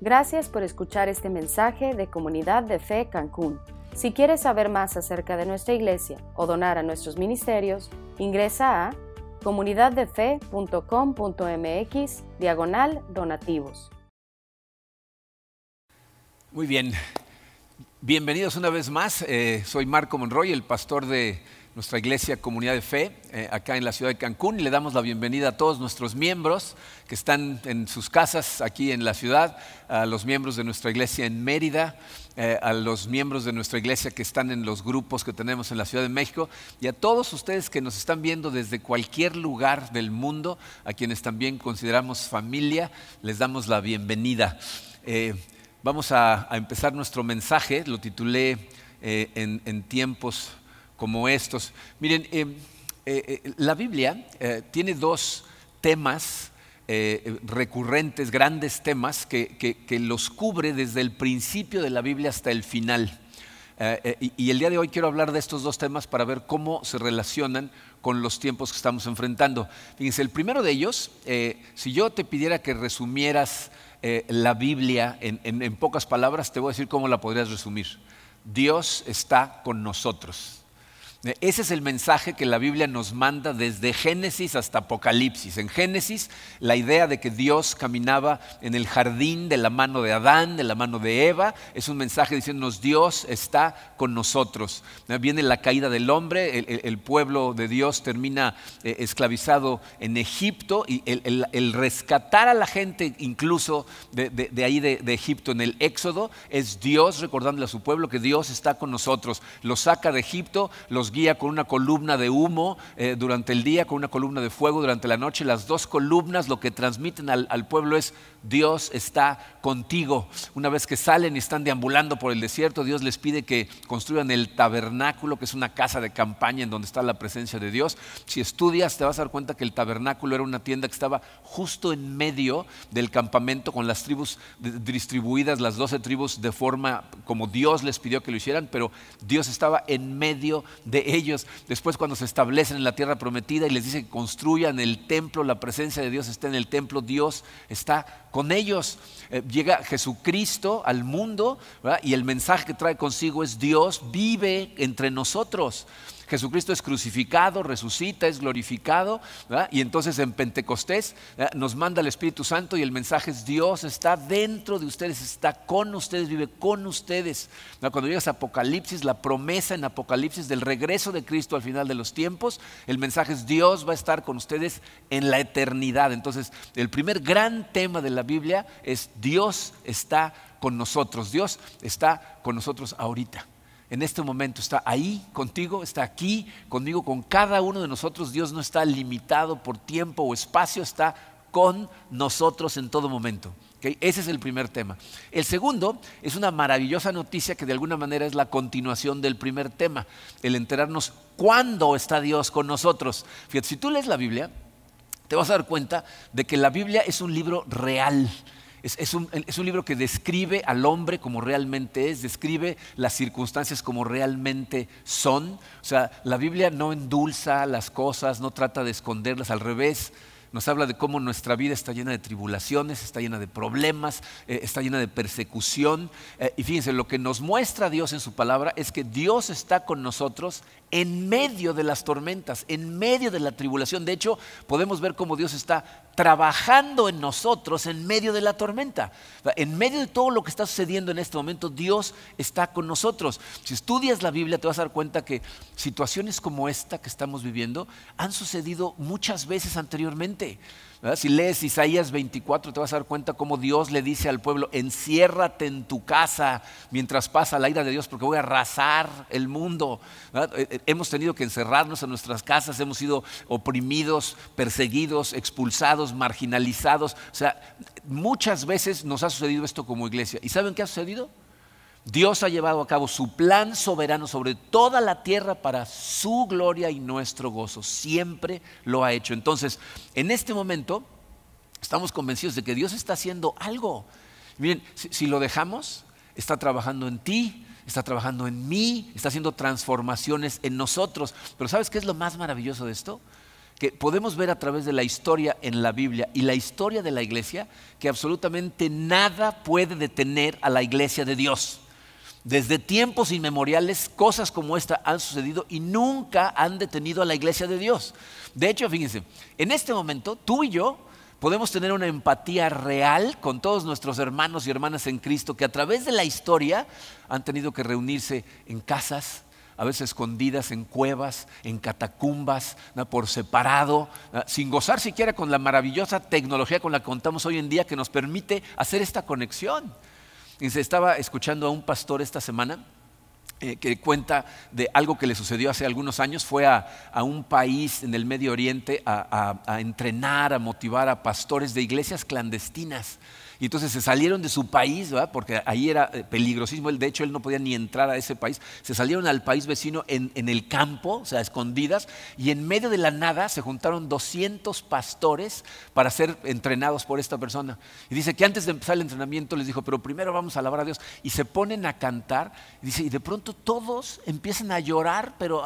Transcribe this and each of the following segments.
Gracias por escuchar este mensaje de Comunidad de Fe Cancún. Si quieres saber más acerca de nuestra iglesia o donar a nuestros ministerios, ingresa a comunidaddefe.com.mx/donativos. Muy bien, bienvenidos una vez más. Soy Marco Monroy, el pastor de nuestra iglesia Comunidad de Fe, acá en la ciudad de Cancún, y le damos la bienvenida a todos nuestros miembros que están en sus casas aquí en la ciudad, a los miembros de nuestra iglesia en Mérida, a los miembros de nuestra iglesia que están en los grupos que tenemos en la Ciudad de México, y a todos ustedes que nos están viendo desde cualquier lugar del mundo, a quienes también consideramos familia, les damos la bienvenida. Vamos a empezar nuestro mensaje, lo titulé en tiempos como estos. Miren, la Biblia tiene dos temas recurrentes, grandes temas que los cubre desde el principio de la Biblia hasta el final. Y el día de hoy quiero hablar de estos dos temas para ver cómo se relacionan con los tiempos que estamos enfrentando. Fíjense, el primero de ellos, si yo te pidiera que resumieras la Biblia en pocas palabras, te voy a decir cómo la podrías resumir. Dios está con nosotros. Ese es el mensaje que la Biblia nos manda desde Génesis hasta Apocalipsis. En Génesis, la idea de que Dios caminaba en el jardín de la mano de Adán, de la mano de Eva, es un mensaje diciéndonos Dios está con nosotros. Viene la caída del hombre, el pueblo de Dios termina esclavizado en Egipto, y el rescatar a la gente incluso de ahí de Egipto en el Éxodo es Dios recordándole a su pueblo que Dios está con nosotros. Los saca de Egipto, los guía con una columna de humo durante el día, con una columna de fuego durante la noche. Las dos columnas lo que transmiten al pueblo es Dios está contigo. Una vez que salen y están deambulando por el desierto, Dios les pide que construyan el tabernáculo, que es una casa de campaña en donde está la presencia de Dios. Si estudias te vas a dar cuenta que el tabernáculo era una tienda que estaba justo en medio del campamento, con las tribus distribuidas, las 12 tribus de forma como Dios les pidió que lo hicieran, pero Dios estaba en medio de ellos. Después, cuando se establecen en la tierra prometida y les dice que construyan el templo, la presencia de Dios está en el templo, Dios está con ellos. Llega Jesucristo al mundo, ¿verdad? Y el mensaje que trae consigo es Dios vive entre nosotros. Jesucristo es crucificado, resucita, es glorificado, ¿verdad? Y entonces en Pentecostés, ¿verdad?, nos manda el Espíritu Santo, y el mensaje es Dios está dentro de ustedes, está con ustedes, vive con ustedes, ¿verdad? Cuando llegas a Apocalipsis, la promesa en Apocalipsis del regreso de Cristo al final de los tiempos, el mensaje es Dios va a estar con ustedes en la eternidad. Entonces el primer gran tema de la Biblia es Dios está con nosotros. Dios está con nosotros ahorita. En este momento está ahí contigo, está aquí conmigo, con cada uno de nosotros. Dios no está limitado por tiempo o espacio, está con nosotros en todo momento. ¿Okay? Ese es el primer tema. El segundo es una maravillosa noticia que de alguna manera es la continuación del primer tema, el enterarnos cuándo está Dios con nosotros. Fíjate, si tú lees la Biblia, te vas a dar cuenta de que la Biblia es un libro real. Es un libro que describe al hombre como realmente es, describe las circunstancias como realmente son. O sea, la Biblia no endulza las cosas, no trata de esconderlas, al revés. Nos habla de cómo nuestra vida está llena de tribulaciones, está llena de problemas, está llena de persecución. Y fíjense, lo que nos muestra Dios en su palabra es que Dios está con nosotros en medio de las tormentas, en medio de la tribulación. De hecho, podemos ver cómo Dios está trabajando en nosotros en medio de la tormenta. En medio de todo lo que está sucediendo en este momento, Dios está con nosotros. Si estudias la Biblia, te vas a dar cuenta que situaciones como esta que estamos viviendo han sucedido muchas veces anteriormente, ¿verdad? Si lees Isaías 24, te vas a dar cuenta cómo Dios le dice al pueblo: enciérrate en tu casa mientras pasa la ira de Dios, porque voy a arrasar el mundo, ¿verdad? Hemos tenido que encerrarnos en nuestras casas, hemos sido oprimidos, perseguidos, expulsados, marginalizados. O sea, muchas veces nos ha sucedido esto como iglesia. ¿Y saben qué ha sucedido? Dios ha llevado a cabo su plan soberano sobre toda la tierra para su gloria y nuestro gozo. Siempre lo ha hecho. Entonces, en este momento estamos convencidos de que Dios está haciendo algo. Miren, si lo dejamos, está trabajando en ti, está trabajando en mí, está haciendo transformaciones en nosotros. Pero ¿sabes qué es lo más maravilloso de esto? que podemos ver a través de la historia en la Biblia y la historia de la iglesia, que absolutamente nada puede detener a la iglesia de Dios. Desde tiempos inmemoriales, cosas como esta han sucedido y nunca han detenido a la iglesia de Dios. De hecho, fíjense, en este momento, tú y yo podemos tener una empatía real con todos nuestros hermanos y hermanas en Cristo que a través de la historia han tenido que reunirse en casas, a veces escondidas en cuevas, en catacumbas, ¿no?, por separado, ¿no?, sin gozar siquiera con la maravillosa tecnología con la que contamos hoy en día que nos permite hacer esta conexión. Y se estaba escuchando a un pastor esta semana que cuenta de algo que le sucedió hace algunos años. Fue a un país en el Medio Oriente a entrenar, a motivar a pastores de iglesias clandestinas. Y entonces se salieron de su país, ¿verdad?, porque ahí era peligrosísimo. De hecho, él no podía ni entrar a ese país. Se salieron al país vecino en el campo, o sea, escondidas. Y en medio de la nada se juntaron 200 pastores para ser entrenados por esta persona. Y dice que antes de empezar el entrenamiento les dijo, pero primero vamos a alabar a Dios. Y se ponen a cantar. Y dice, y de pronto todos empiezan a llorar, pero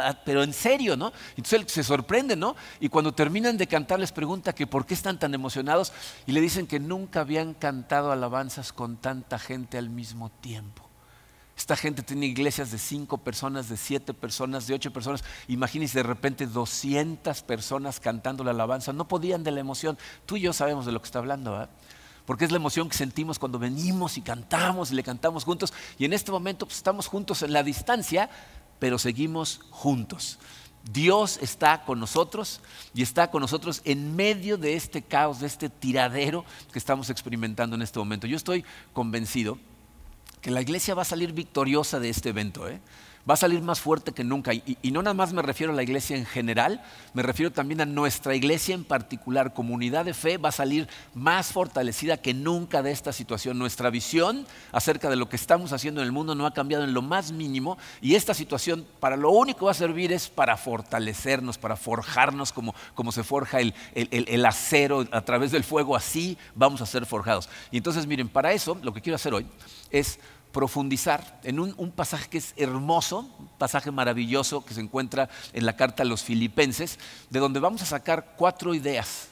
en serio, ¿no? Entonces él se sorprende, ¿no? Y cuando terminan de cantar les pregunta que por qué están tan emocionados. Y le dicen que nunca habían cantado alabanzas con tanta gente al mismo tiempo. Esta gente tiene iglesias de 5 personas, de 7 personas, de 8 personas. Imagínense de repente 200 personas cantando la alabanza. No podían de la emoción. Tú y yo sabemos de lo que está hablando, ¿verdad? Porque es la emoción que sentimos cuando venimos y cantamos y le cantamos juntos. Y en este momento pues, estamos juntos en la distancia, pero seguimos juntos. Dios está con nosotros y está con nosotros en medio de este caos, de este tiradero que estamos experimentando en este momento. Yo estoy convencido que la iglesia va a salir victoriosa de este evento, va a salir más fuerte que nunca. Y no nada más me refiero a la iglesia en general, me refiero también a nuestra iglesia en particular. Comunidad de Fe va a salir más fortalecida que nunca de esta situación. Nuestra visión acerca de lo que estamos haciendo en el mundo no ha cambiado en lo más mínimo, y esta situación para lo único que va a servir es para fortalecernos, para forjarnos como se forja el acero a través del fuego. Así vamos a ser forjados. Y entonces miren, para eso lo que quiero hacer hoy es profundizar en un pasaje que es hermoso, un pasaje maravilloso que se encuentra en la carta a los Filipenses, de donde vamos a sacar 4 ideas,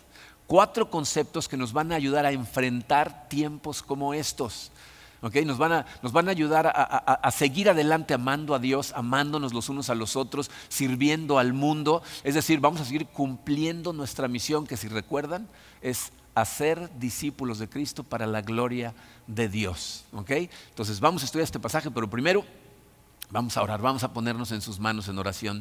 4 conceptos que nos van a ayudar a enfrentar tiempos como estos. ¿Okay? Nos van a ayudar a seguir adelante amando a Dios, amándonos los unos a los otros, sirviendo al mundo. Es decir, vamos a seguir cumpliendo nuestra misión, que si recuerdan es hacer discípulos de Cristo para la gloria de Dios. ¿Okay? Entonces vamos a estudiar este pasaje, pero primero vamos a orar, vamos a ponernos en sus manos en oración.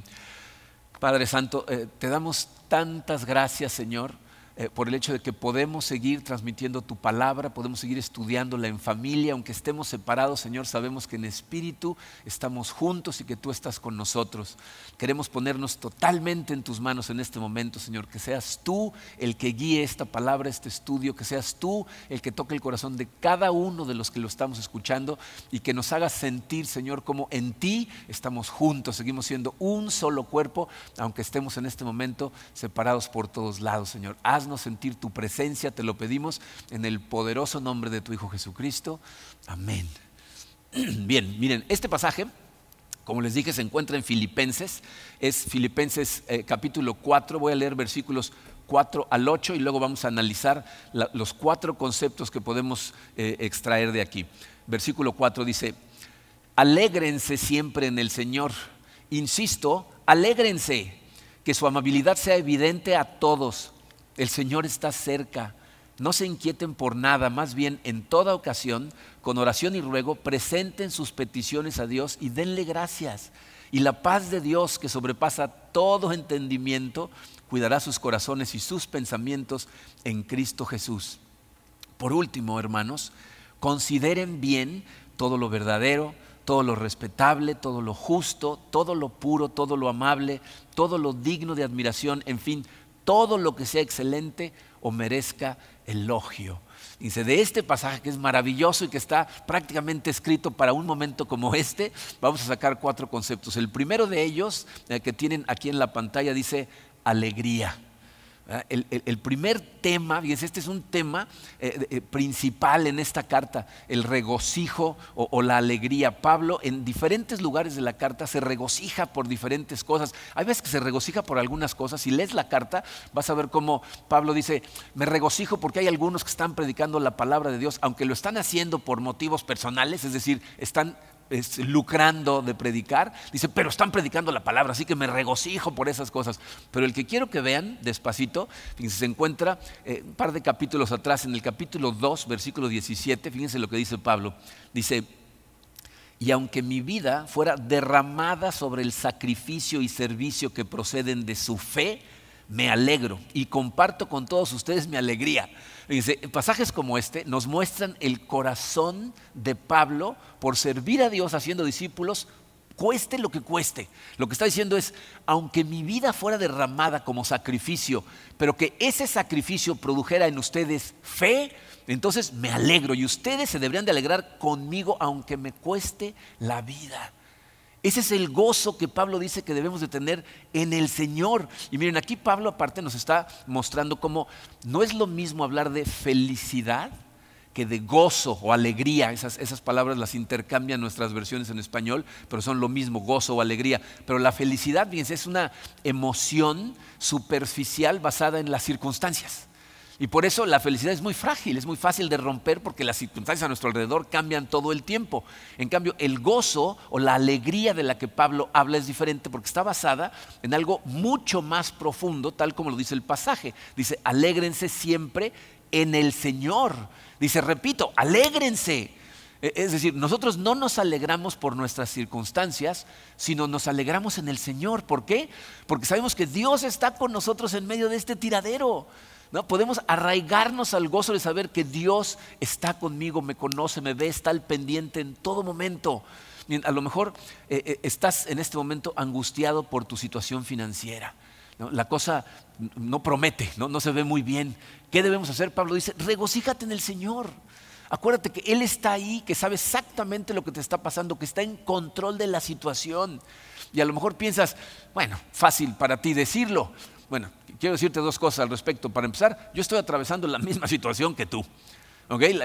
Padre Santo, te damos tantas gracias, Señor, por el hecho de que podemos seguir transmitiendo tu palabra, podemos seguir estudiándola en familia, aunque estemos separados. Señor, sabemos que en espíritu estamos juntos y que tú estás con nosotros. Queremos ponernos totalmente en tus manos en este momento, Señor, que seas tú el que guíe esta palabra, este estudio, que seas tú el que toque el corazón de cada uno de los que lo estamos escuchando y que nos hagas sentir, Señor, como en ti estamos juntos, seguimos siendo un solo cuerpo, aunque estemos en este momento separados por todos lados, Señor. Haznos sentir tu presencia, te lo pedimos en el poderoso nombre de tu Hijo Jesucristo. Amén. Bien, miren, este pasaje, como les dije, se encuentra en Filipenses. Es Filipenses capítulo 4. Voy a leer versículos 4 al 8 y luego vamos a analizar los 4 conceptos que podemos extraer de aquí. Versículo 4 dice: alégrense siempre en el Señor. Insisto, alégrense, que su amabilidad sea evidente a todos. El Señor está cerca. No se inquieten por nada, más bien en toda ocasión, con oración y ruego, presenten sus peticiones a Dios y denle gracias. Y la paz de Dios, que sobrepasa todo entendimiento, cuidará sus corazones y sus pensamientos en Cristo Jesús. Por último, hermanos, consideren bien todo lo verdadero, todo lo respetable, todo lo justo, todo lo puro, todo lo amable, todo lo digno de admiración, en fin, todo lo que sea excelente o merezca elogio. Dice, de este pasaje que es maravilloso y que está prácticamente escrito para un momento como este, vamos a sacar 4 conceptos. El primero de ellos, que tienen aquí en la pantalla, dice alegría. El primer tema, fíjense, este es un tema principal en esta carta, el regocijo o la alegría. Pablo en diferentes lugares de la carta se regocija por diferentes cosas. Hay veces que se regocija por algunas cosas. Si lees la carta vas a ver cómo Pablo dice, me regocijo porque hay algunos que están predicando la palabra de Dios, aunque lo están haciendo por motivos personales, es decir, están lucrando de predicar, dice, pero están predicando la palabra, así que me regocijo por esas cosas. Pero el que quiero que vean despacito, fíjense, se encuentra un par de capítulos atrás, en el capítulo 2, versículo 17, fíjense lo que dice Pablo, dice, y aunque mi vida fuera derramada sobre el sacrificio y servicio que proceden de su fe, me alegro y comparto con todos ustedes mi alegría. Dice, pasajes como este nos muestran el corazón de Pablo por servir a Dios haciendo discípulos, cueste lo que cueste. Lo que está diciendo es, aunque mi vida fuera derramada como sacrificio, pero que ese sacrificio produjera en ustedes fe, entonces me alegro y ustedes se deberían de alegrar conmigo aunque me cueste la vida. Ese es el gozo que Pablo dice que debemos de tener en el Señor. Y miren, aquí Pablo aparte nos está mostrando cómo no es lo mismo hablar de felicidad que de gozo o alegría. Esas palabras las intercambian nuestras versiones en español, pero son lo mismo, gozo o alegría. Pero la felicidad, fíjense, es una emoción superficial basada en las circunstancias. Y por eso la felicidad es muy frágil, es muy fácil de romper porque las circunstancias a nuestro alrededor cambian todo el tiempo. En cambio, el gozo o la alegría de la que Pablo habla es diferente porque está basada en algo mucho más profundo, tal como lo dice el pasaje. Dice, alégrense siempre en el Señor. Dice, repito, alégrense. Es decir, nosotros no nos alegramos por nuestras circunstancias, sino nos alegramos en el Señor. ¿Por qué? Porque sabemos que Dios está con nosotros en medio de este tiradero. ¿No? Podemos arraigarnos al gozo de saber que Dios está conmigo, me conoce, me ve, está al pendiente en todo momento. A lo mejor estás en este momento angustiado por tu situación financiera, ¿no? La cosa no promete, no se ve muy bien. ¿Qué debemos hacer? Pablo dice, regocíjate en el Señor. Acuérdate que Él está ahí, que sabe exactamente lo que te está pasando, que está en control de la situación. Y a lo mejor piensas, bueno, fácil para ti decirlo. Bueno, quiero decirte dos cosas al respecto. Para empezar, yo estoy atravesando la misma situación que tú. ¿Okay?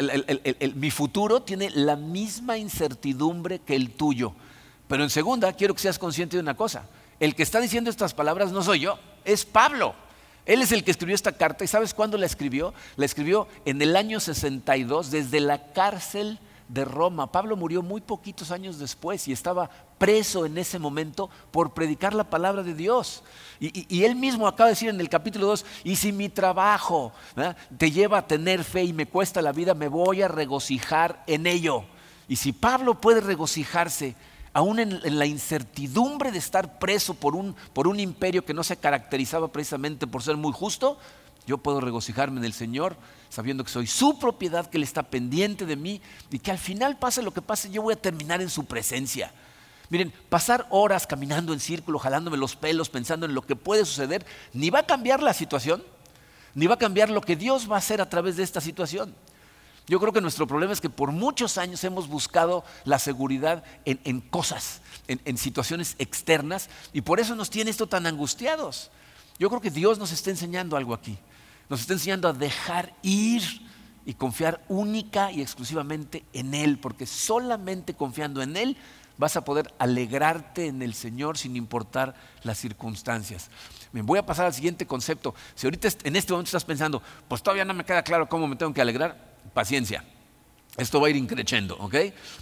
Mi futuro tiene la misma incertidumbre que el tuyo. Pero en segunda, quiero que seas consciente de una cosa. El que está diciendo estas palabras no soy yo, es Pablo. Él es el que escribió esta carta. ¿Y sabes cuándo la escribió? La escribió en el año 62 desde la cárcel de Roma. Pablo murió muy poquitos años después y estaba preso en ese momento por predicar la palabra de Dios. Y él mismo acaba de decir en el capítulo 2, y si mi trabajo, ¿verdad?, te lleva a tener fe y me cuesta la vida, me voy a regocijar en ello. Y si Pablo puede regocijarse aún en la incertidumbre de estar preso por un imperio que no se caracterizaba precisamente por ser muy justo, yo puedo regocijarme en el Señor sabiendo que soy su propiedad, que Él está pendiente de mí y que al final pase lo que pase, yo voy a terminar en su presencia. Miren, pasar horas caminando en círculo, jalándome los pelos, pensando en lo que puede suceder, ni va a cambiar la situación, ni va a cambiar lo que Dios va a hacer a través de esta situación. Yo creo que nuestro problema es que por muchos años hemos buscado la seguridad en cosas, en situaciones externas, y por eso nos tiene esto tan angustiados. Yo creo que Dios nos está enseñando algo aquí. Nos está enseñando a dejar ir y confiar única y exclusivamente en Él, porque solamente confiando en Él vas a poder alegrarte en el Señor sin importar las circunstancias. Me voy a pasar al siguiente concepto. Si ahorita en este momento estás pensando, pues todavía no me queda claro cómo me tengo que alegrar, paciencia. Esto va a ir increciendo, ¿ok?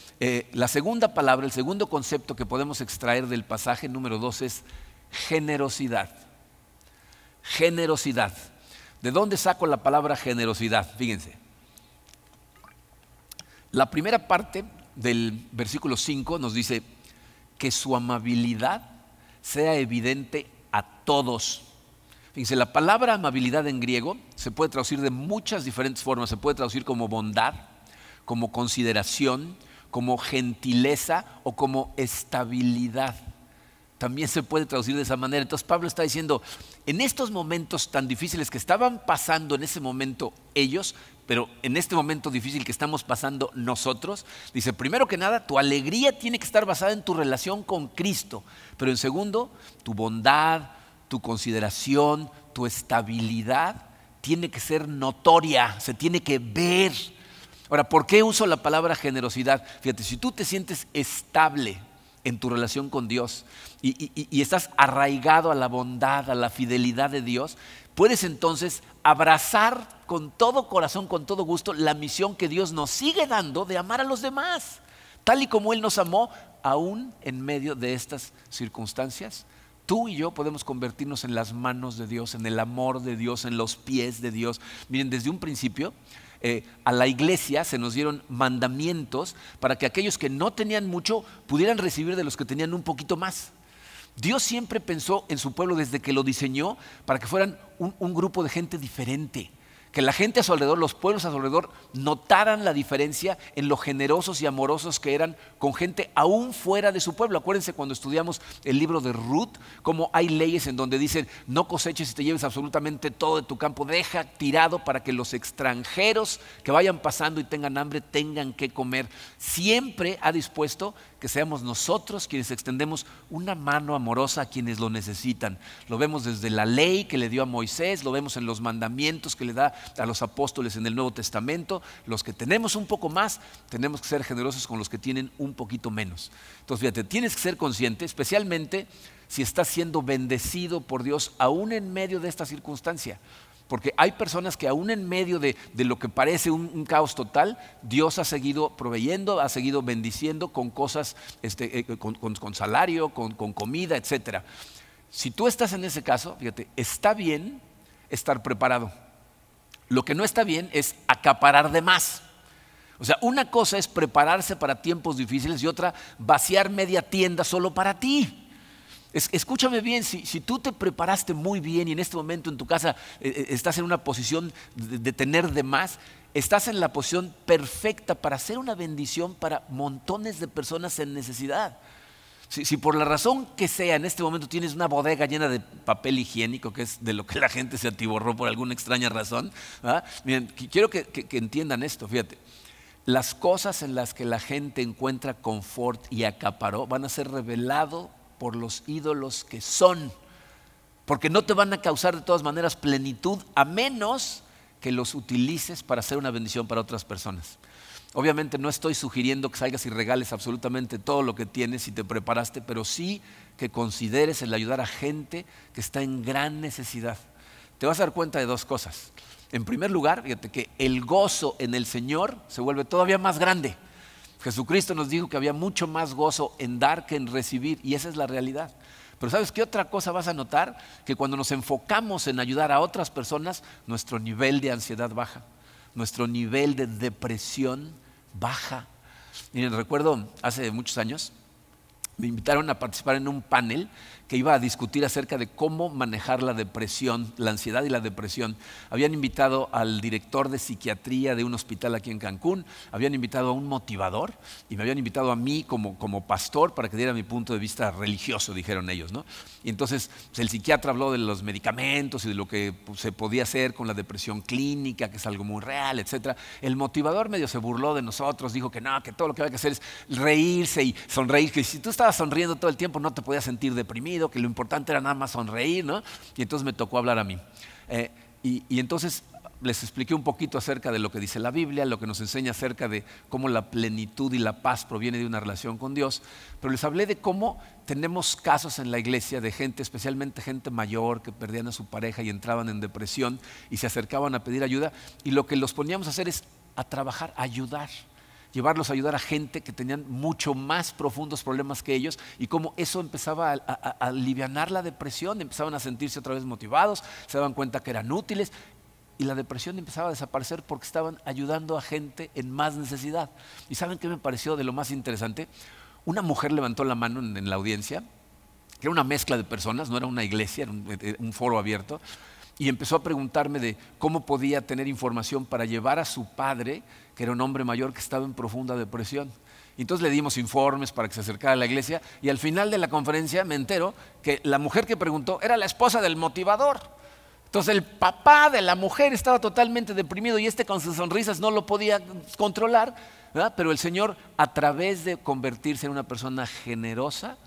La segunda palabra, el segundo concepto que podemos extraer del pasaje número 2 es generosidad. Generosidad. ¿De dónde saco la palabra generosidad? Fíjense. La primera parte del versículo 5 nos dice que su amabilidad sea evidente a todos. Fíjense, la palabra amabilidad en griego se puede traducir de muchas diferentes formas. Se puede traducir como bondad, como consideración, como gentileza o como estabilidad. También se puede traducir de esa manera. Entonces Pablo está diciendo, en estos momentos tan difíciles que estaban pasando en ese momento ellos, pero en este momento difícil que estamos pasando nosotros, dice, primero que nada, tu alegría tiene que estar basada en tu relación con Cristo, pero en segundo, tu bondad, tu consideración, tu estabilidad tiene que ser notoria, se tiene que ver. Ahora, ¿por qué uso la palabra generosidad? Fíjate, si tú te sientes estable en tu relación con Dios y estás arraigado a la bondad, a la fidelidad de Dios, puedes entonces abrazar con todo corazón, con todo gusto, la misión que Dios nos sigue dando de amar a los demás, tal y como Él nos amó, aún en medio de estas circunstancias. Tú y yo podemos convertirnos en las manos de Dios, en el amor de Dios, en los pies de Dios. Miren, desde un principio a la iglesia se nos dieron mandamientos para que aquellos que no tenían mucho pudieran recibir de los que tenían un poquito más. Dios siempre pensó en su pueblo desde que lo diseñó para que fueran un grupo de gente diferente. Que la gente a su alrededor, los pueblos a su alrededor, notaran la diferencia en lo generosos y amorosos que eran con gente aún fuera de su pueblo. Acuérdense cuando estudiamos el libro de Ruth, cómo hay leyes en donde dicen no coseches y te lleves absolutamente todo de tu campo, deja tirado para que los extranjeros que vayan pasando y tengan hambre tengan que comer. Siempre ha dispuesto que seamos nosotros quienes extendemos una mano amorosa a quienes lo necesitan. Lo vemos desde la ley que le dio a Moisés, lo vemos en los mandamientos que le da a los apóstoles en el Nuevo Testamento. Los que tenemos un poco más, tenemos que ser generosos con los que tienen un poquito menos. Entonces, fíjate, tienes que ser consciente, especialmente si estás siendo bendecido por Dios, aún en medio de esta circunstancia. Porque hay personas que aún en medio de lo que parece un caos total, Dios ha seguido proveyendo, ha seguido bendiciendo con cosas, con salario, con comida, etc. Si tú estás en ese caso, fíjate, está bien estar preparado. Lo que no está bien es acaparar de más. O sea, una cosa es prepararse para tiempos difíciles y otra vaciar media tienda solo para ti. Escúchame bien, si tú te preparaste muy bien y en este momento en tu casa estás en una posición de tener de más, estás en la posición perfecta para hacer una bendición para montones de personas en necesidad. Si por la razón que sea en este momento tienes una bodega llena de papel higiénico, que es de lo que la gente se atiborró por alguna extraña razón, ¿verdad? Miren, quiero que entiendan esto, fíjate. Las cosas en las que la gente encuentra confort y acaparó van a ser revelados por los ídolos que son, porque no te van a causar de todas maneras plenitud a menos que los utilices para hacer una bendición para otras personas. Obviamente no estoy sugiriendo que salgas y regales absolutamente todo lo que tienes y te preparaste, pero sí que consideres el ayudar a gente que está en gran necesidad. Te vas a dar cuenta de dos cosas. En primer lugar, fíjate que el gozo en el Señor se vuelve todavía más grande. Jesucristo nos dijo que había mucho más gozo en dar que en recibir, y esa es la realidad. Pero ¿sabes qué otra cosa vas a notar? Que cuando nos enfocamos en ayudar a otras personas, nuestro nivel de ansiedad baja, nuestro nivel de depresión baja. Miren, recuerdo hace muchos años, me invitaron a participar en un panel que iba a discutir acerca de cómo manejar la depresión, la ansiedad y la depresión. Habían invitado al director de psiquiatría de un hospital aquí en Cancún, habían invitado a un motivador y me habían invitado a mí como pastor para que diera mi punto de vista religioso, dijeron ellos, ¿no? Y entonces el psiquiatra habló de los medicamentos y de lo que se podía hacer con la depresión clínica, que es algo muy real, etc. El motivador medio se burló de nosotros, dijo que no, que todo lo que había que hacer es reírse y sonreír, que si tú estabas sonriendo todo el tiempo no te podías sentir deprimido, que lo importante era nada más sonreír, ¿no? Y entonces me tocó hablar a mí. Y entonces les expliqué un poquito acerca de lo que dice la Biblia, lo que nos enseña acerca de cómo la plenitud y la paz proviene de una relación con Dios, pero les hablé de cómo tenemos casos en la iglesia de gente, especialmente gente mayor, que perdían a su pareja y entraban en depresión y se acercaban a pedir ayuda, y lo que los poníamos a hacer es a trabajar, a ayudar. Llevarlos a ayudar a gente que tenían mucho más profundos problemas que ellos, y cómo eso empezaba a alivianar la depresión, empezaban a sentirse otra vez motivados, se daban cuenta que eran útiles y la depresión empezaba a desaparecer porque estaban ayudando a gente en más necesidad. ¿Y saben qué me pareció de lo más interesante? Una mujer levantó la mano en la audiencia, que era una mezcla de personas, no era una iglesia, era un foro abierto, y empezó a preguntarme de cómo podía tener información para llevar a su padre, que era un hombre mayor que estaba en profunda depresión. Y entonces le dimos informes para que se acercara a la iglesia, y al final de la conferencia me entero que la mujer que preguntó era la esposa del motivador. Entonces el papá de la mujer estaba totalmente deprimido y con sus sonrisas no lo podía controlar, ¿verdad? Pero el Señor, a través de convertirse en una persona generosa,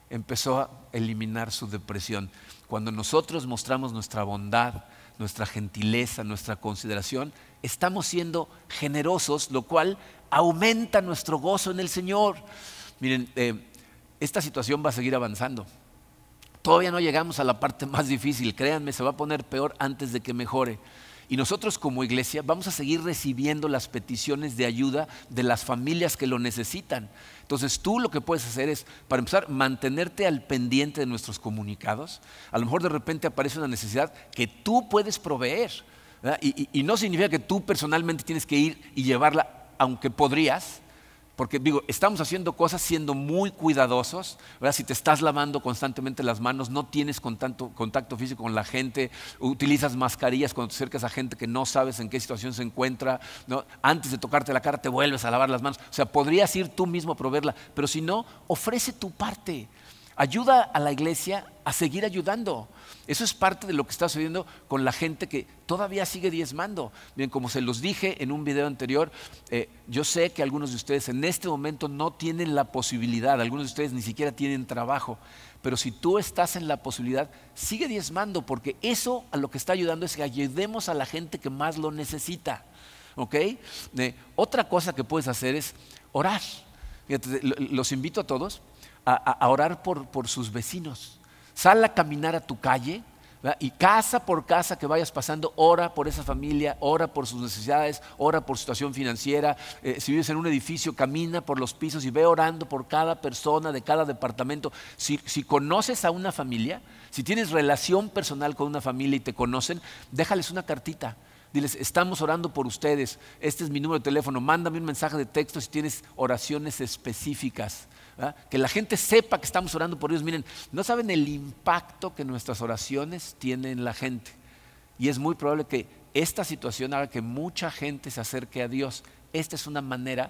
empezó a eliminar su depresión. Cuando nosotros mostramos nuestra bondad, nuestra gentileza, nuestra consideración, estamos siendo generosos, lo cual aumenta nuestro gozo en el Señor. Miren, esta situación va a seguir avanzando. Todavía no llegamos a la parte más difícil, créanme, se va a poner peor antes de que mejore. Y nosotros como iglesia vamos a seguir recibiendo las peticiones de ayuda de las familias que lo necesitan. Entonces tú lo que puedes hacer es, para empezar, mantenerte al pendiente de nuestros comunicados. A lo mejor de repente aparece una necesidad que tú puedes proveer, ¿verdad? Y no significa que tú personalmente tienes que ir y llevarla, aunque podrías. Porque digo, estamos haciendo cosas siendo muy cuidadosos, ¿verdad? Si te estás lavando constantemente las manos, no tienes contacto físico con la gente, utilizas mascarillas cuando te acercas a gente que no sabes en qué situación se encuentra, ¿no? Antes de tocarte la cara te vuelves a lavar las manos. O sea, podrías ir tú mismo a proveerla, pero si no, ofrece tu parte. Ayuda a la iglesia a seguir ayudando. Eso es parte de lo que está sucediendo con la gente que todavía sigue diezmando. Bien, como se los dije en un video anterior, yo sé que algunos de ustedes en este momento no tienen la posibilidad, algunos de ustedes ni siquiera tienen trabajo, pero si tú estás en la posibilidad, sigue diezmando, porque eso a lo que está ayudando es que ayudemos a la gente que más lo necesita. ¿Ok? Otra cosa que puedes hacer es orar. Fíjate, los invito a todos a orar por sus vecinos. Sal a caminar a tu calle, ¿verdad? Y casa por casa que vayas pasando, ora por esa familia, ora por sus necesidades, ora por su situación financiera. Si vives en un edificio, camina por los pisos y ve orando por cada persona de cada departamento. Si conoces a una familia, si tienes relación personal con una familia y te conocen, déjales una cartita. Diles, estamos orando por ustedes, este es mi número de teléfono, mándame un mensaje de texto si tienes oraciones específicas. ¿Verdad? Que la gente sepa que estamos orando por ellos. Miren, no saben el impacto que nuestras oraciones tienen en la gente. Y es muy probable que esta situación haga que mucha gente se acerque a Dios. Esta es una manera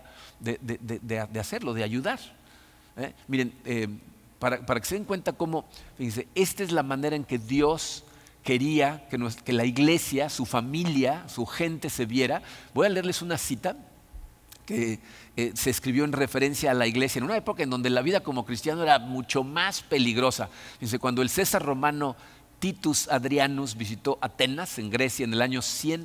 de hacerlo, de ayudar. Miren, para que se den cuenta cómo, fíjense, esta es la manera en que Dios quería que la iglesia, su familia, su gente se viera. Voy a leerles una cita que se escribió en referencia a la iglesia en una época en donde la vida como cristiano era mucho más peligrosa. Dice, cuando el César romano Titus Adrianus visitó Atenas en Grecia en el año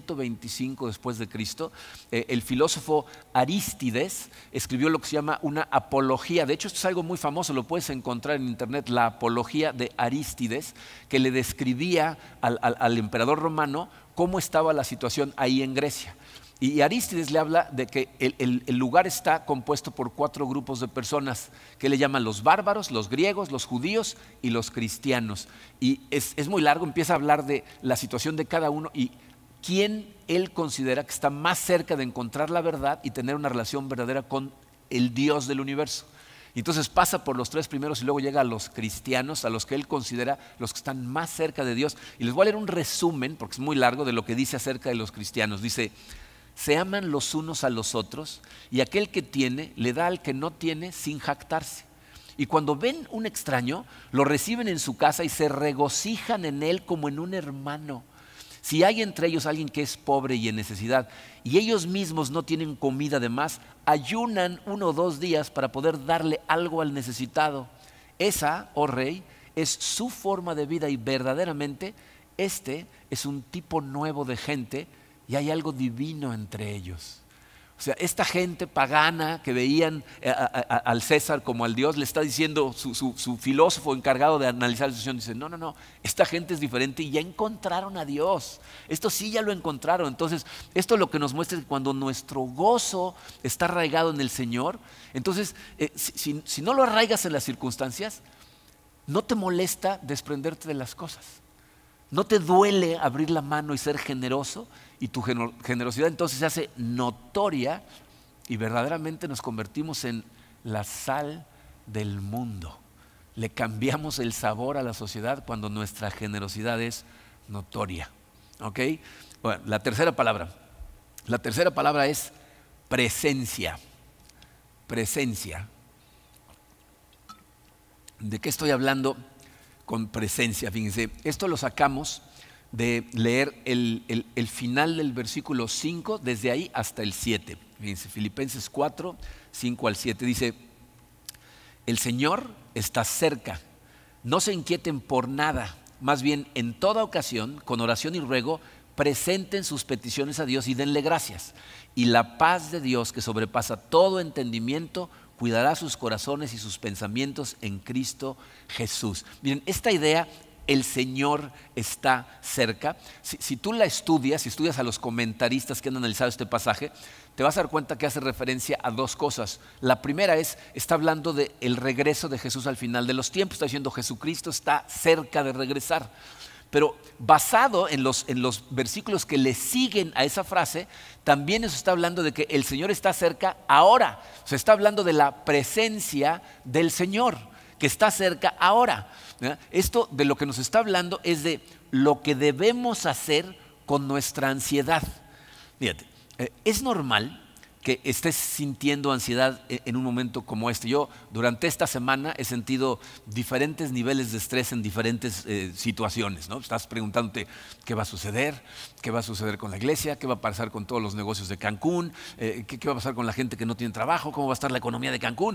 125 después de Cristo, el filósofo Arístides escribió lo que se llama una apología. De hecho, esto es algo muy famoso, lo puedes encontrar en internet, la apología de Arístides, que le describía al emperador romano cómo estaba la situación ahí en Grecia. Y Arístides le habla de que el lugar está compuesto por 4 grupos de personas que le llaman los bárbaros, los griegos, los judíos y los cristianos. Y es muy largo, empieza a hablar de la situación de cada uno y quién él considera que está más cerca de encontrar la verdad y tener una relación verdadera con el Dios del universo. Y entonces pasa por los 3 primeros y luego llega a los cristianos, a los que él considera los que están más cerca de Dios. Y les voy a leer un resumen, porque es muy largo, de lo que dice acerca de los cristianos. Dice, se aman los unos a los otros y aquel que tiene le da al que no tiene sin jactarse. Y cuando ven un extraño, lo reciben en su casa y se regocijan en él como en un hermano. Si hay entre ellos alguien que es pobre y en necesidad y ellos mismos no tienen comida de más, ayunan 1 o 2 días para poder darle algo al necesitado. Esa, oh rey, es su forma de vida y verdaderamente este es un tipo nuevo de gente y hay algo divino entre ellos. O sea, esta gente pagana que veían al César como al Dios, le está diciendo su filósofo encargado de analizar la situación, dice, no, esta gente es diferente y ya encontraron a Dios. Esto sí ya lo encontraron. Entonces, esto lo que nos muestra es que cuando nuestro gozo está arraigado en el Señor, entonces, si no lo arraigas en las circunstancias, no te molesta desprenderte de las cosas. No te duele abrir la mano y ser generoso y tu generosidad entonces se hace notoria y verdaderamente nos convertimos en la sal del mundo. Le cambiamos el sabor a la sociedad cuando nuestra generosidad es notoria. ¿Ok? Bueno, la tercera palabra es presencia. Presencia. ¿De qué estoy hablando con presencia? Fíjense, esto lo sacamos de leer el final del versículo 5, desde ahí hasta el 7. Fíjense, Filipenses 4, 5 al 7, dice, El Señor está cerca. No se inquieten por nada. Más bien, en toda ocasión, con oración y ruego, presenten sus peticiones a Dios y denle gracias. Y la paz de Dios, que sobrepasa todo entendimiento, cuidará sus corazones y sus pensamientos en Cristo Jesús. Miren, esta idea, el Señor está cerca. Si tú la estudias, si estudias a los comentaristas que han analizado este pasaje, te vas a dar cuenta que hace referencia a dos cosas. La primera está hablando del regreso de Jesús al final de los tiempos. Está diciendo, Jesucristo está cerca de regresar. Pero basado en los versículos que le siguen a esa frase, también eso está hablando de que el Señor está cerca ahora. Se está hablando de la presencia del Señor, que está cerca ahora. Esto de lo que nos está hablando es de lo que debemos hacer con nuestra ansiedad. Fíjate, es normal que estés sintiendo ansiedad en un momento como este. Yo durante esta semana he sentido diferentes niveles de estrés en diferentes situaciones, ¿no? Estás preguntándote qué va a suceder con la iglesia, qué va a pasar con todos los negocios de Cancún, qué va a pasar con la gente que no tiene trabajo, cómo va a estar la economía de Cancún.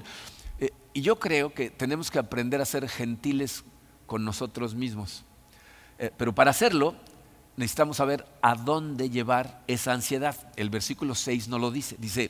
Y yo creo que tenemos que aprender a ser gentiles con nosotros mismos. Pero para hacerlo, necesitamos saber a dónde llevar esa ansiedad. El versículo 6 no lo dice. Dice,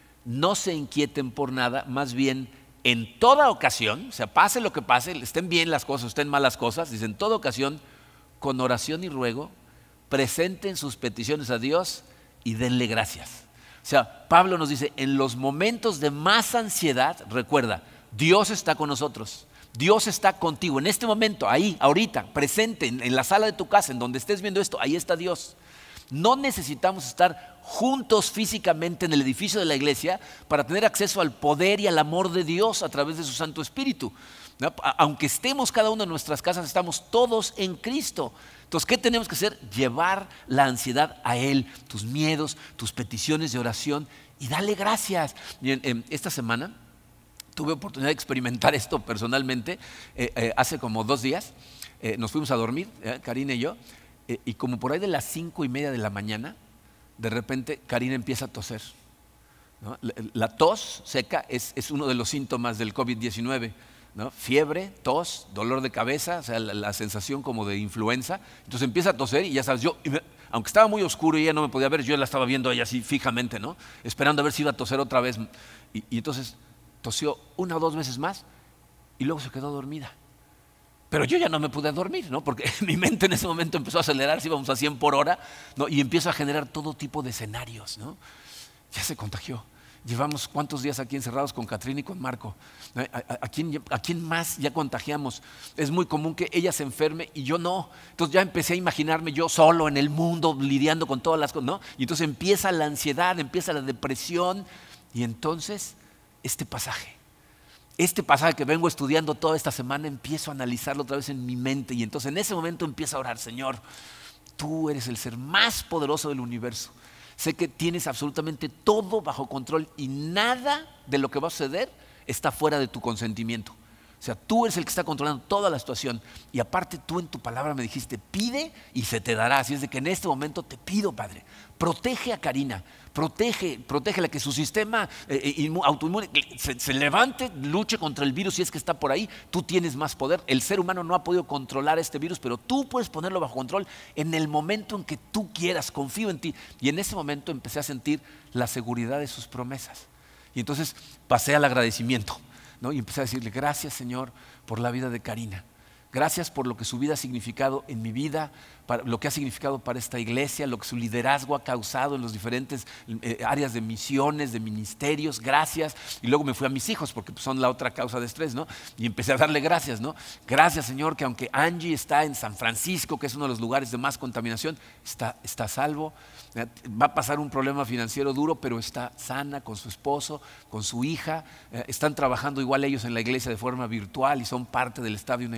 no se inquieten por nada, más bien en toda ocasión, o sea, pase lo que pase, estén bien las cosas, estén mal las cosas, dice, en toda ocasión, con oración y ruego, presenten sus peticiones a Dios y denle gracias. O sea, Pablo nos dice, en los momentos de más ansiedad, recuerda, Dios está con nosotros. Dios está contigo en este momento, ahí, ahorita, presente, en la sala de tu casa, en donde estés viendo esto, ahí está Dios. No necesitamos estar juntos físicamente en el edificio de la iglesia para tener acceso al poder y al amor de Dios a través de su Santo Espíritu. ¿No? Aunque estemos cada uno en nuestras casas, estamos todos en Cristo. Entonces, ¿qué tenemos que hacer? Llevar la ansiedad a Él, tus miedos, tus peticiones de oración y darle gracias. Miren, esta semana tuve oportunidad de experimentar esto personalmente. Hace como 2 días nos fuimos a dormir, Karina y yo, y como por ahí de las 5:30 de la mañana, de repente Karina empieza a toser, ¿no? La tos seca es uno de los síntomas del COVID-19, ¿no? Fiebre, tos, dolor de cabeza, o sea, la sensación como de influenza. Entonces empieza a toser y ya sabes, aunque estaba muy oscuro y ella no me podía ver, yo la estaba viendo a ella así fijamente, ¿no? Esperando a ver si iba a toser otra vez. Y entonces tosió 1 o 2 veces más y luego se quedó dormida. Pero yo ya no me pude dormir, ¿no? Porque mi mente en ese momento empezó a acelerarse, íbamos a 100 por hora, ¿no? Y empiezo a generar todo tipo de escenarios, ¿no? Ya se contagió. Llevamos ¿cuántos días aquí encerrados con Catrina y con Marco? ¿A quién más ya contagiamos? Es muy común que ella se enferme y yo no. Entonces ya empecé a imaginarme yo solo en el mundo lidiando con todas las cosas, ¿no? Y entonces empieza la ansiedad, empieza la depresión y entonces este pasaje que vengo estudiando toda esta semana, empiezo a analizarlo otra vez en mi mente y entonces en ese momento empiezo a orar, Señor, tú eres el ser más poderoso del universo. Sé que tienes absolutamente todo bajo control y nada de lo que va a suceder está fuera de tu consentimiento. O sea, tú eres el que está controlando toda la situación y aparte tú en tu palabra me dijiste, pide y se te dará. Así es de que en este momento te pido, Padre, protege a Karina, protégela, que su sistema autoinmune se levante, luche contra el virus si es que está por ahí. Tú tienes más poder. El ser humano no ha podido controlar este virus, pero tú puedes ponerlo bajo control en el momento en que tú quieras. Confío en ti. Y en ese momento empecé a sentir la seguridad de sus promesas. Y entonces pasé al agradecimiento, ¿no? Y empecé a decirle, gracias, Señor, por la vida de Karina. Gracias por lo que su vida ha significado en mi vida, lo que ha significado para esta iglesia, lo que su liderazgo ha causado en los diferentes áreas de misiones, de ministerios. Gracias. Y luego me fui a mis hijos porque son la otra causa de estrés, ¿no? Y empecé a darle gracias, ¿no? Gracias, Señor, que aunque Angie está en San Francisco, que es uno de los lugares de más contaminación, está salvo. Va a pasar un problema financiero duro, pero está sana con su esposo, con su hija. Están trabajando igual ellos en la iglesia de forma virtual y son parte del staff de una iglesia.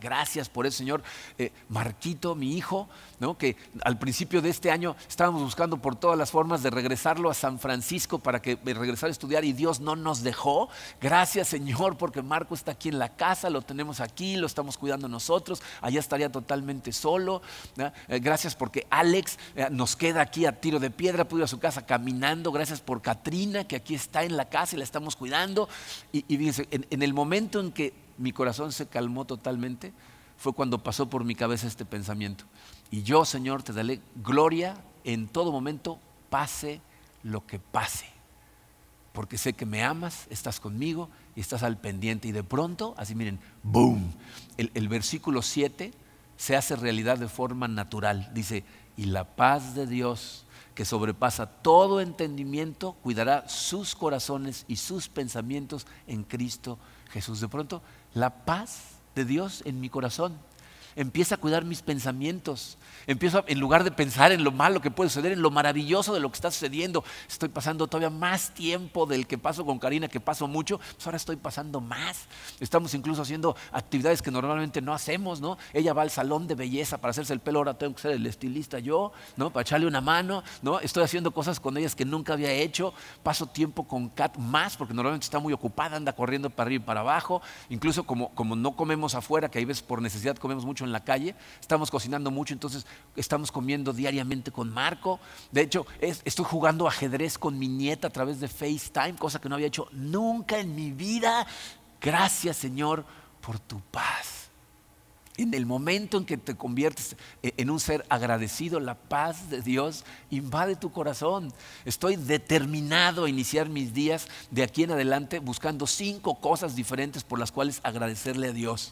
Gracias por eso, Señor. Marquito, mi hijo, ¿no? Que al principio de este año estábamos buscando por todas las formas de regresarlo a San Francisco para que regresara a estudiar y Dios no nos dejó. Gracias, Señor, porque Marco está aquí en la casa, lo tenemos aquí, lo estamos cuidando nosotros, allá estaría totalmente solo, ¿no? Gracias porque Alex nos queda aquí a tiro de piedra, pudo ir a su casa caminando. Gracias por Katrina, que aquí está en la casa y la estamos cuidando. Y fíjense, en el momento en que mi corazón se calmó totalmente, fue cuando pasó por mi cabeza este pensamiento. Y yo, Señor, te daré gloria en todo momento, pase lo que pase. Porque sé que me amas, estás conmigo y estás al pendiente. Y de pronto, así miren, ¡boom! El versículo 7 se hace realidad de forma natural. Dice, y la paz de Dios, que sobrepasa todo entendimiento, cuidará sus corazones y sus pensamientos en Cristo Jesús. De pronto, la paz de Dios en mi corazón empieza a cuidar mis pensamientos. Empiezo, en lugar de pensar en lo malo que puede suceder, en lo maravilloso de lo que está sucediendo. Estoy pasando todavía más tiempo del que paso con Karina, que paso mucho, pues ahora estoy pasando más. Estamos incluso haciendo actividades que normalmente no hacemos, ¿no? Ella va al salón de belleza para hacerse el pelo, ahora tengo que ser el estilista yo, ¿no? Para echarle una mano, ¿no? Estoy haciendo cosas con ellas que nunca había hecho. Paso tiempo con Kat más, porque normalmente está muy ocupada, anda corriendo para arriba y para abajo. Incluso como no comemos afuera, que hay veces por necesidad comemos mucho en la calle, estamos cocinando mucho, entonces estamos comiendo diariamente con Marco. De hecho, estoy jugando ajedrez con mi nieta a través de FaceTime, cosa que no había hecho nunca en mi vida. Gracias, Señor, por tu paz. En el momento en que te conviertes en un ser agradecido, la paz de Dios invade tu corazón. Estoy determinado a iniciar mis días de aquí en adelante buscando 5 cosas diferentes por las cuales agradecerle a Dios.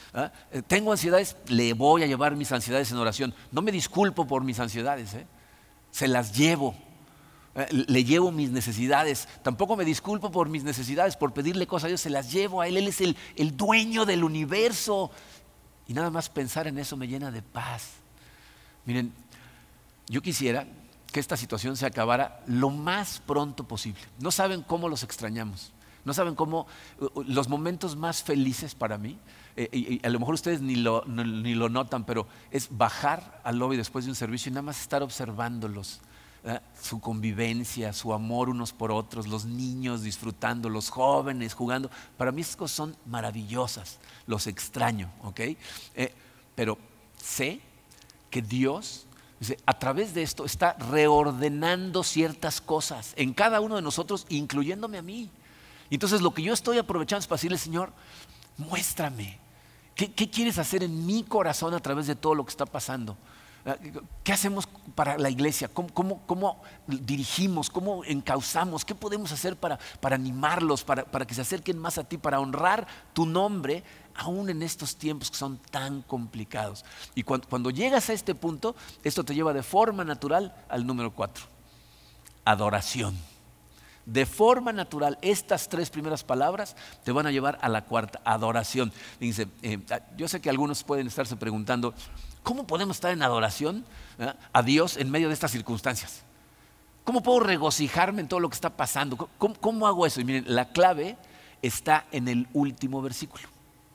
Tengo ansiedades, le voy a llevar mis ansiedades en oración. No me disculpo por mis ansiedades, se las llevo. Le llevo mis necesidades. Tampoco me disculpo por mis necesidades, por pedirle cosas a Dios, se las llevo a Él. Él es el dueño del universo. Y nada más pensar en eso me llena de paz. Miren, yo quisiera que esta situación se acabara lo más pronto posible. No saben cómo los extrañamos. No saben cómo los momentos más felices para mí, y a lo mejor ustedes ni lo notan, pero es bajar al lobby después de un servicio y nada más estar observándolos, su convivencia, su amor unos por otros, los niños disfrutando, los jóvenes jugando. Para mí estas cosas son maravillosas, los extraño, ¿ok? Pero sé que Dios, a través de esto, está reordenando ciertas cosas en cada uno de nosotros, incluyéndome a mí. Entonces lo que yo estoy aprovechando es para decirle, Señor, muéstrame, ¿qué quieres hacer en mi corazón a través de todo lo que está pasando? ¿Qué hacemos para la iglesia? ¿Cómo dirigimos? ¿Cómo encauzamos? ¿Qué podemos hacer para animarlos, para que se acerquen más a ti, para honrar tu nombre, aún en estos tiempos que son tan complicados? Y cuando llegas a este punto, esto te lleva de forma natural al número 4, adoración. De forma natural, estas 3 primeras palabras te van a llevar a la 4ª, adoración. Dice, yo sé que algunos pueden estarse preguntando, ¿cómo podemos estar en adoración a Dios en medio de estas circunstancias? ¿Cómo puedo regocijarme en todo lo que está pasando? ¿Cómo hago eso? Y miren, la clave está en el último versículo.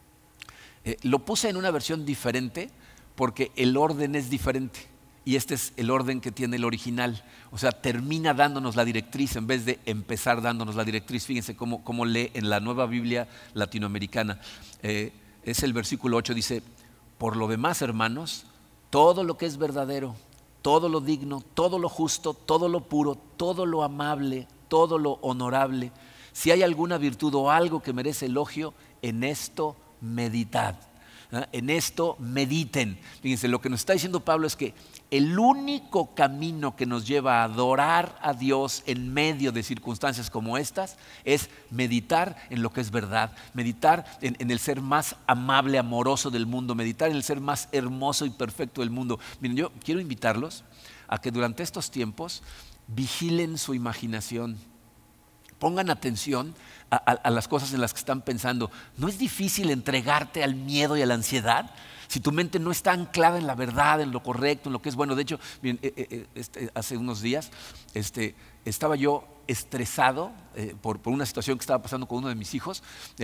Lo puse en una versión diferente porque el orden es diferente. Y este es el orden que tiene el original. O sea, termina dándonos la directriz en vez de empezar dándonos la directriz. Fíjense cómo lee en la Nueva Biblia Latinoamericana. Es el versículo 8, dice, por lo demás, hermanos, todo lo que es verdadero, todo lo digno, todo lo justo, todo lo puro, todo lo amable, todo lo honorable, si hay alguna virtud o algo que merece elogio, en esto meditad. En esto mediten. Fíjense, lo que nos está diciendo Pablo es que el único camino que nos lleva a adorar a Dios en medio de circunstancias como estas es meditar en lo que es verdad, meditar en el ser más amable, amoroso del mundo, meditar en el ser más hermoso y perfecto del mundo. Miren, yo quiero invitarlos a que durante estos tiempos vigilen su imaginación, pongan atención a las cosas en las que están pensando. ¿No es difícil entregarte al miedo y a la ansiedad? si tu mente no está anclada en la verdad, en lo correcto, en lo que es bueno. De hecho, miren, hace unos días estaba yo estresado por una situación que estaba pasando con uno de mis hijos,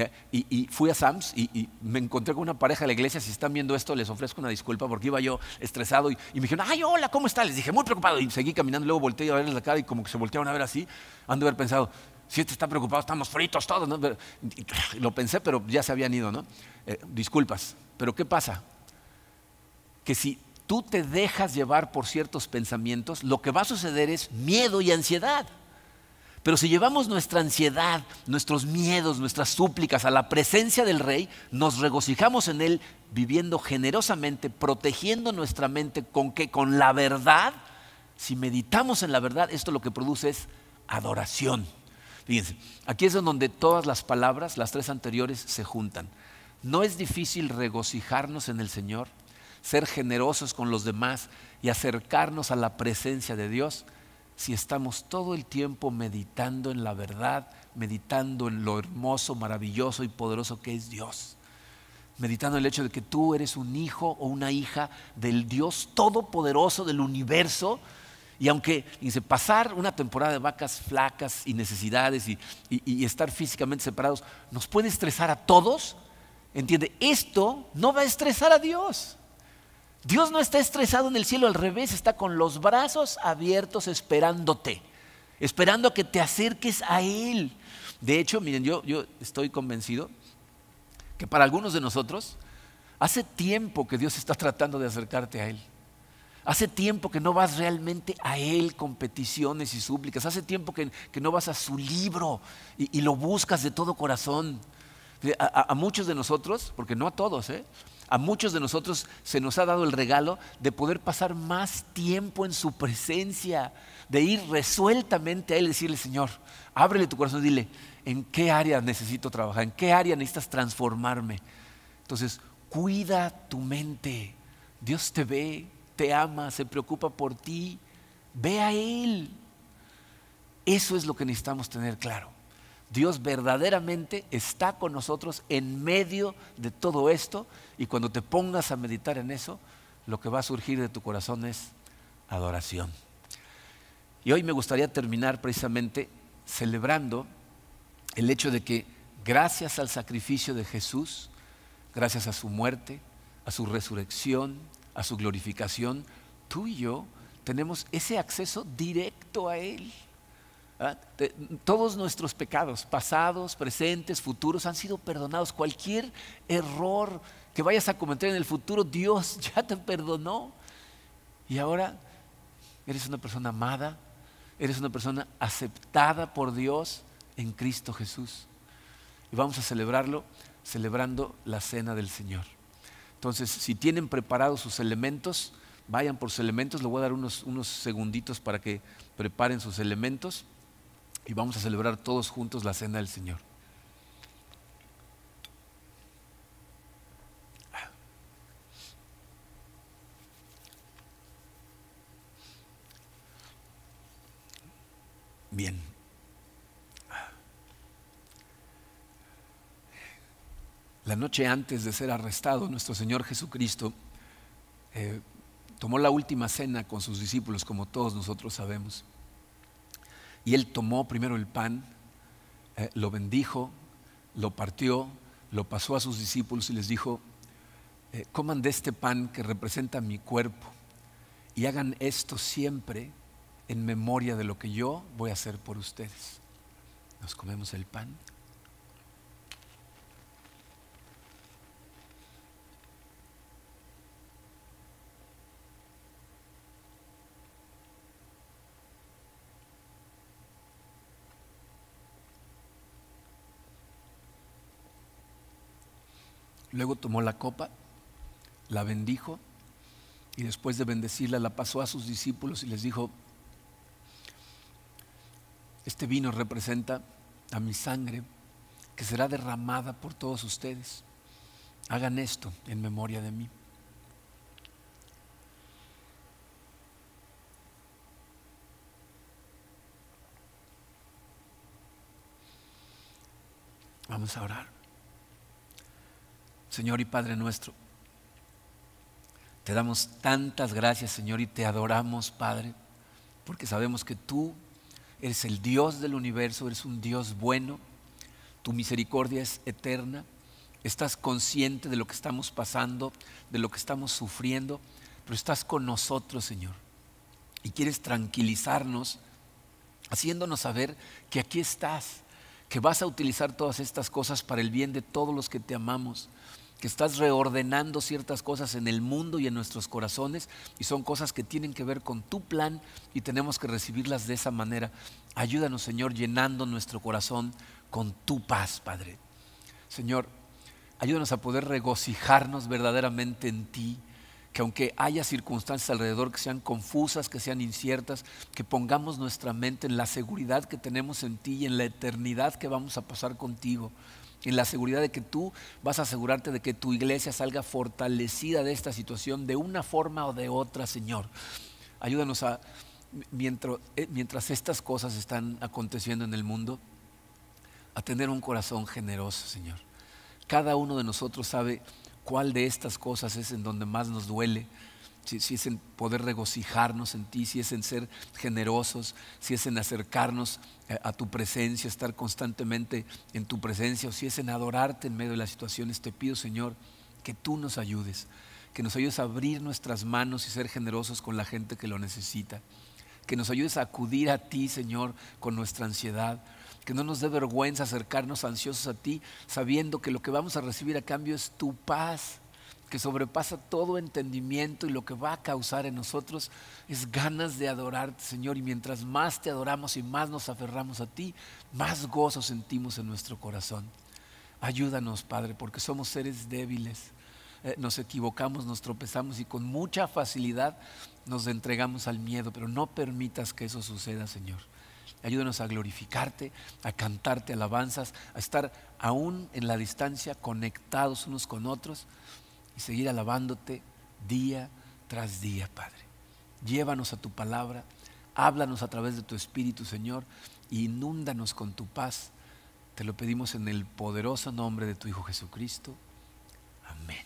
y fui a Sam's y me encontré con una pareja de la iglesia. Si están viendo esto, les ofrezco una disculpa porque iba yo estresado y me dijeron, ay, hola, ¿cómo estás? Les dije, muy preocupado, y seguí caminando. Luego volteé a verles la cara y como que se voltearon a ver así. Han de haber pensado, si este está preocupado, estamos fritos todos, ¿no? Lo pensé, pero ya se habían ido, ¿no? Disculpas, pero ¿qué pasa? Que si tú te dejas llevar por ciertos pensamientos, lo que va a suceder es miedo y ansiedad. Pero si llevamos nuestra ansiedad, nuestros miedos, nuestras súplicas a la presencia del Rey, nos regocijamos en Él, viviendo generosamente, protegiendo nuestra mente ¿con qué? Con la verdad. Si meditamos en la verdad, esto lo que produce es adoración. Fíjense, aquí es donde todas las palabras, las tres anteriores, se juntan. No es difícil regocijarnos en el Señor, ser generosos con los demás y acercarnos a la presencia de Dios si estamos todo el tiempo meditando en la verdad, meditando en lo hermoso, maravilloso y poderoso que es Dios. Meditando en el hecho de que tú eres un hijo o una hija del Dios todopoderoso del universo. Y aunque pasar una temporada de vacas flacas y necesidades y estar físicamente separados nos puede estresar a todos, entiende, esto no va a estresar a Dios. Dios no está estresado en el cielo, al revés, está con los brazos abiertos esperándote, esperando a que te acerques a Él. De hecho, miren, yo estoy convencido que para algunos de nosotros hace tiempo que Dios está tratando de acercarte a Él. Hace tiempo que no vas realmente a Él con peticiones y súplicas. Hace tiempo que no vas a su libro y lo buscas de todo corazón. A muchos de nosotros, porque no a todos, a muchos de nosotros se nos ha dado el regalo de poder pasar más tiempo en su presencia, de ir resueltamente a Él y decirle, Señor, ábrele tu corazón y dile, ¿en qué área necesito trabajar? ¿En qué área necesitas transformarme? Entonces, cuida tu mente. Dios te ve, te ama, se preocupa por ti. Ve a Él. Eso es lo que necesitamos tener claro. Dios verdaderamente está con nosotros en medio de todo esto, y cuando te pongas a meditar en eso, lo que va a surgir de tu corazón es adoración. Y hoy me gustaría terminar precisamente celebrando el hecho de que gracias al sacrificio de Jesús, gracias a su muerte, a su resurrección, a su glorificación, tú y yo tenemos ese acceso directo a Él. Todos nuestros pecados, pasados, presentes, futuros, han sido perdonados. Cualquier error que vayas a cometer en el futuro, Dios ya te perdonó. Y ahora eres una persona amada, eres una persona aceptada por Dios en Cristo Jesús. Y vamos a celebrarlo celebrando la cena del Señor. Entonces, si tienen preparados sus elementos, vayan por sus elementos. Les voy a dar unos segunditos para que preparen sus elementos. Y vamos a celebrar todos juntos la cena del Señor. Bien. La noche antes de ser arrestado, nuestro Señor Jesucristo tomó la última cena con sus discípulos, como todos nosotros sabemos. Y Él tomó primero el pan, lo bendijo, lo partió, lo pasó a sus discípulos y les dijo, coman de este pan que representa mi cuerpo y hagan esto siempre en memoria de lo que yo voy a hacer por ustedes. Nos comemos el pan. Luego tomó la copa, la bendijo y después de bendecirla la pasó a sus discípulos y les dijo, este vino representa a mi sangre que será derramada por todos ustedes. Hagan esto en memoria de mí. Vamos a orar. Señor y Padre nuestro, Te damos tantas gracias, Señor, y te adoramos, Padre, porque sabemos que tú eres el Dios del universo, eres un Dios bueno, tu misericordia es eterna, estás consciente de lo que estamos pasando, de lo que estamos sufriendo, pero estás con nosotros, Señor, y quieres tranquilizarnos, haciéndonos saber que aquí estás, que vas a utilizar todas estas cosas para el bien de todos los que te amamos, que estás reordenando ciertas cosas en el mundo y en nuestros corazones, y son cosas que tienen que ver con tu plan y tenemos que recibirlas de esa manera. Ayúdanos, Señor, llenando nuestro corazón con tu paz, Padre. Señor, ayúdanos a poder regocijarnos verdaderamente en ti, que aunque haya circunstancias alrededor que sean confusas, que sean inciertas, que pongamos nuestra mente en la seguridad que tenemos en ti y en la eternidad que vamos a pasar contigo, en la seguridad de que tú vas a asegurarte de que tu iglesia salga fortalecida de esta situación de una forma o de otra, Señor. Ayúdanos a, mientras estas cosas están aconteciendo en el mundo, a tener un corazón generoso, Señor. Cada uno de nosotros sabe cuál de estas cosas es en donde más nos duele. Si es en poder regocijarnos en ti, si es en ser generosos, si es en acercarnos a tu presencia, estar constantemente en tu presencia, o si es en adorarte en medio de las situaciones. Te pido, Señor, que tú nos ayudes a abrir nuestras manos y ser generosos con la gente que lo necesita, que nos ayudes a acudir a ti, Señor, con nuestra ansiedad, que no nos dé vergüenza acercarnos ansiosos a ti, sabiendo que lo que vamos a recibir a cambio es tu paz, que sobrepasa todo entendimiento, y lo que va a causar en nosotros es ganas de adorarte, Señor. Y mientras más te adoramos y más nos aferramos a ti, más gozo sentimos en nuestro corazón. Ayúdanos, Padre, porque somos seres débiles, nos equivocamos, nos tropezamos y con mucha facilidad nos entregamos al miedo, pero no permitas que eso suceda, Señor. Ayúdanos a glorificarte, a cantarte alabanzas, a estar aún en la distancia conectados unos con otros y seguir alabándote día tras día, Padre. Llévanos a tu palabra, háblanos a través de tu Espíritu, Señor, e inúndanos con tu paz. Te lo pedimos en el poderoso nombre de tu Hijo Jesucristo. Amén.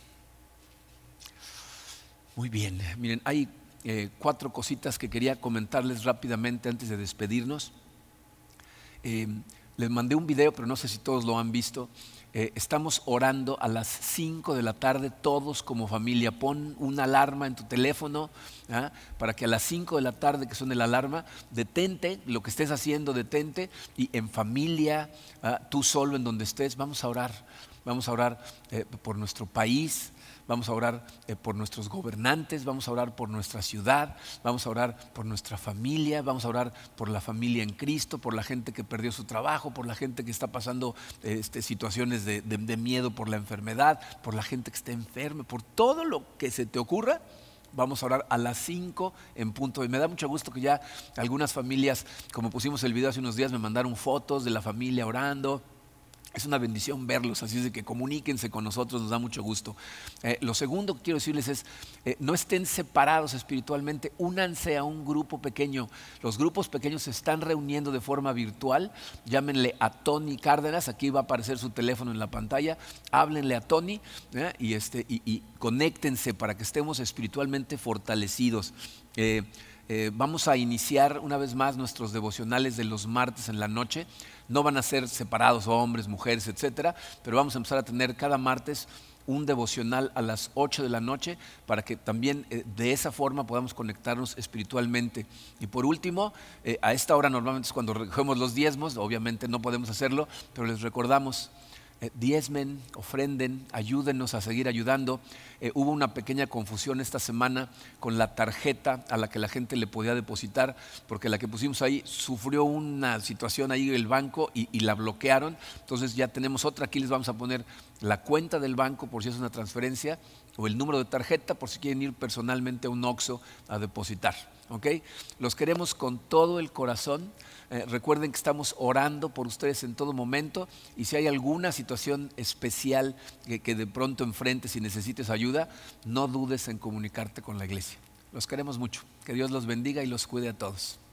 Muy bien, miren, hay 4 cositas que quería comentarles rápidamente antes de despedirnos. Les mandé un video, pero no sé si todos lo han visto. Estamos orando a las 5 de la tarde, todos como familia. Pon una alarma en tu teléfono, para que a las 5 de la tarde, que suene la alarma, detente lo que estés haciendo, detente, y en familia, tú solo en donde estés, vamos a orar. Vamos a orar por nuestro país, vamos a orar por nuestros gobernantes, vamos a orar por nuestra ciudad, vamos a orar por nuestra familia, vamos a orar por la familia en Cristo, por la gente que perdió su trabajo, por la gente que está pasando situaciones de miedo por la enfermedad, por la gente que está enferma, por todo lo que se te ocurra. Vamos a orar a las 5 en punto. Y me da mucho gusto que ya algunas familias, como pusimos el video hace unos días, me mandaron fotos de la familia orando. Es una bendición verlos, así es de que comuníquense con nosotros, nos da mucho gusto. Lo segundo que quiero decirles es, no estén separados espiritualmente, únanse a un grupo pequeño. Los grupos pequeños se están reuniendo de forma virtual. Llámenle a Tony Cárdenas, aquí va a aparecer su teléfono en la pantalla. Háblenle a Tony y conéctense para que estemos espiritualmente fortalecidos. Vamos a iniciar una vez más nuestros devocionales de los martes en la noche. No van a ser separados hombres, mujeres, etcétera, pero vamos a empezar a tener cada martes un devocional a las 8 de la noche para que también de esa forma podamos conectarnos espiritualmente. Y por último, a esta hora normalmente es cuando recogemos los diezmos, obviamente no podemos hacerlo, pero les recordamos, diezmen, ofrenden, ayúdenos a seguir ayudando. Hubo una pequeña confusión esta semana con la tarjeta a la que la gente le podía depositar, porque la que pusimos ahí sufrió una situación ahí en el banco y la bloquearon. Entonces ya tenemos otra, aquí les vamos a poner la cuenta del banco por si es una transferencia, o el número de tarjeta por si quieren ir personalmente a un Oxxo a depositar. ¿Okay? Los queremos con todo el corazón. Recuerden que estamos orando por ustedes en todo momento, y si hay alguna situación especial que de pronto enfrentes y necesites ayuda, no dudes en comunicarte con la iglesia. Los queremos mucho. Que Dios los bendiga y los cuide a todos.